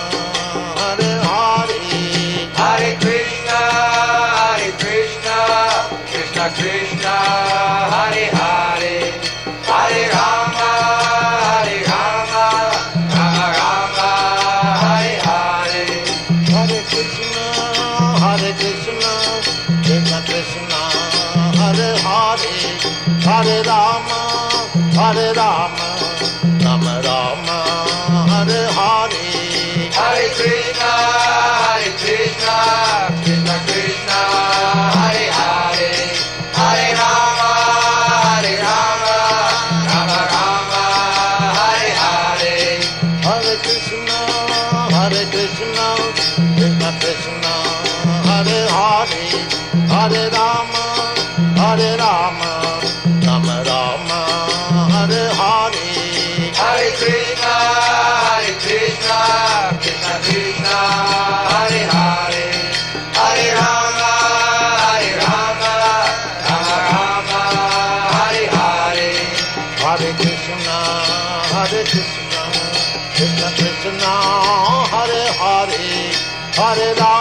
Hare Hare. Hare Krishna, Hare Krishna, Krishna Krishna, Hare Hare. Hare Rama, Hare Rama, Rama Rama, Hare Hare. Hare Krishna, Hare Krishna, Krishna Krishna, Hare Hare. Hare Rama, Hare Rama, Rama Rama, Hare Hare. Hare Krishna, Hare Krishna, Krishna Krishna, Hare Hare. Hare Rama, Hare Rama, Rama Rama, Hare Hare. Hare Krishna, Hare Krishna, Krishna Krishna, Hare Hare. Hare Rama, Hare Rama, Rama Rama, Hare Hare. Hare Krishna, Hare Krishna, Krishna Krishna, Hare Hare. Hare Rama, Hare Rama, Rama Rama, Hare Hare. Hare Krishna, Hare Krishna, Krishna Krishna, Hare Hare. Hare Rama,